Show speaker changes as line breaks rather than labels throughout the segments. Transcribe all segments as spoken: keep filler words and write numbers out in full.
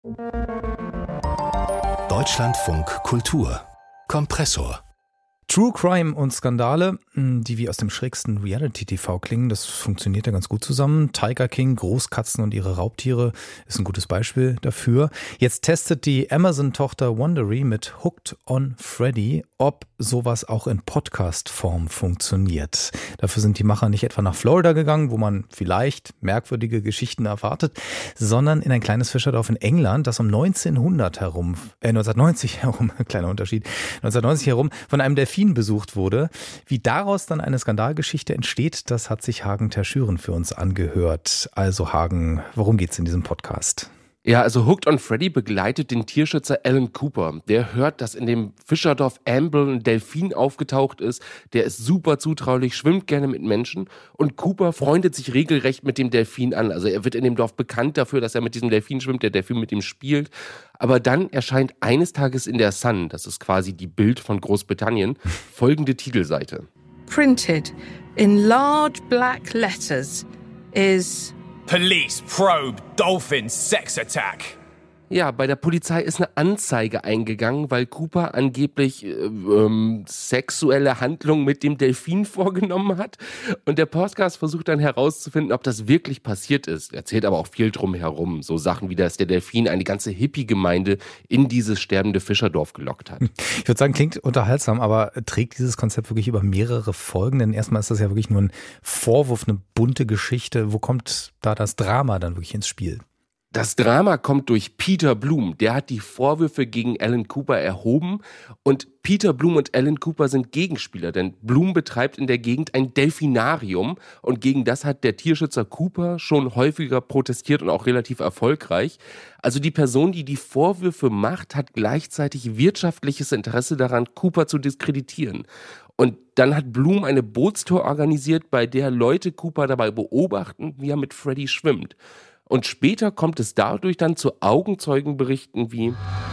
Deutschlandfunk Kultur Kompressor.
True Crime und Skandale, die wie aus dem schrägsten Reality-T V klingen, das funktioniert ja ganz gut zusammen. Tiger King, Großkatzen und ihre Raubtiere ist ein gutes Beispiel dafür. Jetzt testet die Amazon-Tochter Wondery mit Hooked on Freddy, ob sowas auch in Podcast-Form funktioniert. Dafür sind die Macher nicht etwa nach Florida gegangen, wo man vielleicht merkwürdige Geschichten erwartet, sondern in ein kleines Fischerdorf in England, das um neunzehnhundert herum, äh neunzehnhundertneunzig herum, kleiner Unterschied, neunzehnhundertneunzig herum von einem Delfin besucht wurde. Wie daraus dann eine Skandalgeschichte entsteht, das hat sich Hagen Terschüren für uns angehört. Also Hagen, worum geht's in diesem Podcast?
Ja, also Hooked on Freddy begleitet den Tierschützer Alan Cooper. Der hört, dass in dem Fischerdorf Amble ein Delfin aufgetaucht ist. Der ist super zutraulich, schwimmt gerne mit Menschen. Und Cooper freundet sich regelrecht mit dem Delfin an. Also er wird in dem Dorf bekannt dafür, dass er mit diesem Delfin schwimmt, der Delfin mit ihm spielt. Aber dann erscheint eines Tages in der Sun, das ist quasi die Bild von Großbritannien, folgende Titelseite.
Printed in large black letters is...
Police probe dolphin sex attack.
Ja, bei der Polizei ist eine Anzeige eingegangen, weil Cooper angeblich äh, ähm, sexuelle Handlungen mit dem Delfin vorgenommen hat. Und der Podcast versucht dann herauszufinden, ob das wirklich passiert ist. Erzählt aber auch viel drum herum. So Sachen wie, dass der Delfin eine ganze Hippie-Gemeinde in dieses sterbende Fischerdorf gelockt hat.
Ich würde sagen, klingt unterhaltsam, aber trägt dieses Konzept wirklich über mehrere Folgen? Denn erstmal ist das ja wirklich nur ein Vorwurf, eine bunte Geschichte. Wo kommt da das Drama dann wirklich ins Spiel?
Das Drama kommt durch Peter Bloom. Der hat die Vorwürfe gegen Alan Cooper erhoben. Und Peter Bloom und Alan Cooper sind Gegenspieler, denn Bloom betreibt in der Gegend ein Delfinarium. Und gegen das hat der Tierschützer Cooper schon häufiger protestiert und auch relativ erfolgreich. Also die Person, die die Vorwürfe macht, hat gleichzeitig wirtschaftliches Interesse daran, Cooper zu diskreditieren. Und dann hat Bloom eine Bootstour organisiert, bei der Leute Cooper dabei beobachten, wie er mit Freddy schwimmt. Und später kommt es dadurch dann zu Augenzeugenberichten wie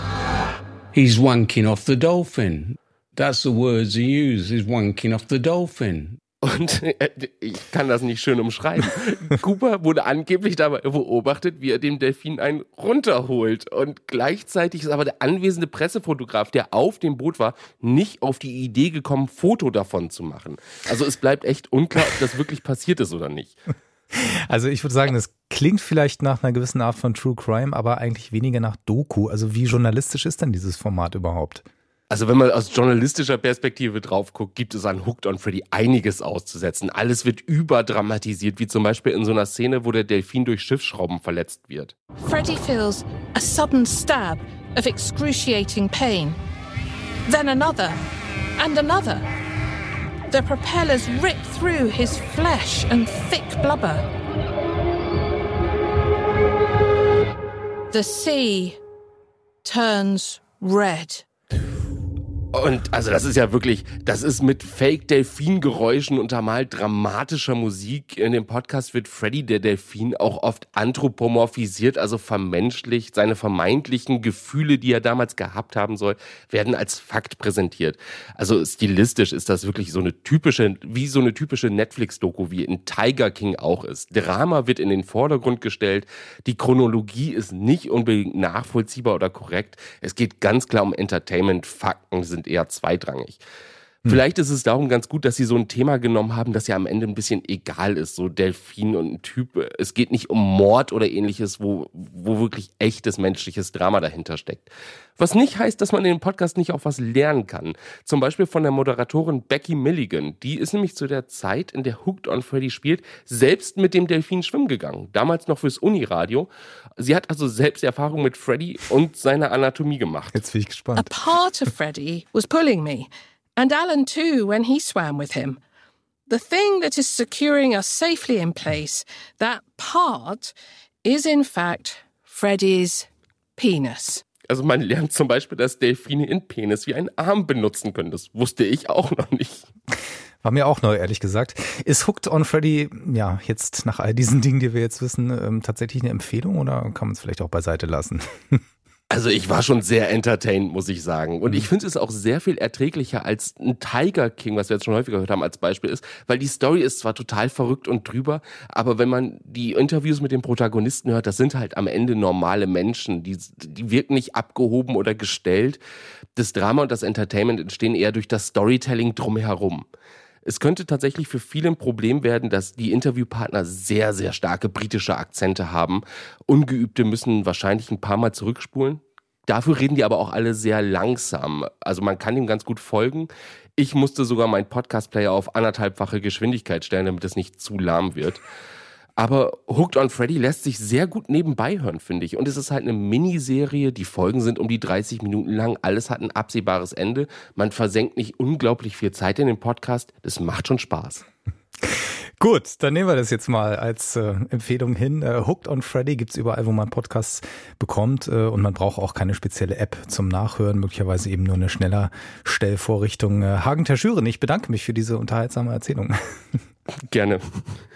He's wanking off the dolphin. That's the words he used, he's wanking off the dolphin.
Und äh, ich kann das nicht schön umschreiben. Cooper wurde angeblich dabei beobachtet, wie er dem Delfin einen runterholt. Und gleichzeitig ist aber der anwesende Pressefotograf, der auf dem Boot war, nicht auf die Idee gekommen, Foto davon zu machen. Also es bleibt echt unklar, ob das wirklich passiert ist oder nicht.
Also ich würde sagen, das klingt vielleicht nach einer gewissen Art von True Crime, aber eigentlich weniger nach Doku. Also wie journalistisch ist denn dieses Format überhaupt?
Also wenn man aus journalistischer Perspektive drauf guckt, gibt es an Hooked on Freddy einiges auszusetzen. Alles wird überdramatisiert, wie zum Beispiel in so einer Szene, wo der Delfin durch Schiffsschrauben verletzt wird.
Freddy feels a sudden stab of excruciating pain. Then another and another. The propellers rip through his flesh and thick blubber. The sea turns red.
Und also das ist ja wirklich, das ist mit Fake-Delfin-Geräuschen untermalt dramatischer Musik. In dem Podcast wird Freddy, der Delfin, auch oft anthropomorphisiert, also vermenschlicht. Seine vermeintlichen Gefühle, die er damals gehabt haben soll, werden als Fakt präsentiert. Also stilistisch ist das wirklich so eine typische, wie so eine typische Netflix-Doku, wie in Tiger King auch ist. Drama wird in den Vordergrund gestellt. Die Chronologie ist nicht unbedingt nachvollziehbar oder korrekt. Es geht ganz klar um Entertainment. Fakten sind eher zweitrangig. Hm. Vielleicht ist es darum ganz gut, dass sie so ein Thema genommen haben, das ja am Ende ein bisschen egal ist, so Delfin und ein Typ. Es geht nicht um Mord oder ähnliches, wo, wo wirklich echtes menschliches Drama dahinter steckt. Was nicht heißt, dass man in dem Podcast nicht auch was lernen kann. Zum Beispiel von der Moderatorin Becky Milligan. Die ist nämlich zu der Zeit, in der Hooked on Freddy spielt, selbst mit dem Delfin schwimmen gegangen. Damals noch fürs Uniradio. Sie hat also selbst Erfahrung mit Freddy und seiner Anatomie gemacht.
Jetzt bin ich gespannt.
A part of Freddy was pulling me. And Alan too, when he swam with him. The thing that is securing us safely in place, that part, is in fact Freddy's penis.
Also man lernt zum Beispiel, dass Delfine ihren Penis wie einen Arm benutzen können. Das wusste ich auch noch nicht.
War mir auch neu, ehrlich gesagt. Ist Hooked on Freddy, ja, jetzt nach all diesen Dingen, die wir jetzt wissen, ähm, tatsächlich eine Empfehlung oder kann man es vielleicht auch beiseite lassen?
Also ich war schon sehr entertained, muss ich sagen. Und ich finde es auch sehr viel erträglicher als ein Tiger King, was wir jetzt schon häufiger gehört haben als Beispiel ist, weil die Story ist zwar total verrückt und drüber, aber wenn man die Interviews mit den Protagonisten hört, das sind halt am Ende normale Menschen, die, die wirken nicht abgehoben oder gestellt. Das Drama und das Entertainment entstehen eher durch das Storytelling drumherum. Es könnte tatsächlich für viele ein Problem werden, dass die Interviewpartner sehr, sehr starke britische Akzente haben. Ungeübte müssen wahrscheinlich ein paar Mal zurückspulen. Dafür reden die aber auch alle sehr langsam. Also man kann ihm ganz gut folgen. Ich musste sogar meinen Podcast-Player auf anderthalbfache Geschwindigkeit stellen, damit es nicht zu lahm wird. Aber Hooked on Freddy lässt sich sehr gut nebenbei hören, finde ich. Und es ist halt eine Miniserie, die Folgen sind um die dreißig Minuten lang. Alles hat ein absehbares Ende. Man versenkt nicht unglaublich viel Zeit in den Podcast. Das macht schon Spaß.
Gut, dann nehmen wir das jetzt mal als äh, Empfehlung hin. Äh, Hooked on Freddy gibt's überall, wo man Podcasts bekommt. Äh, und man braucht auch keine spezielle App zum Nachhören. Möglicherweise eben nur eine schneller Stellvorrichtung. Äh, Hagen Terschüren, ich bedanke mich für diese unterhaltsame Erzählung.
Gerne.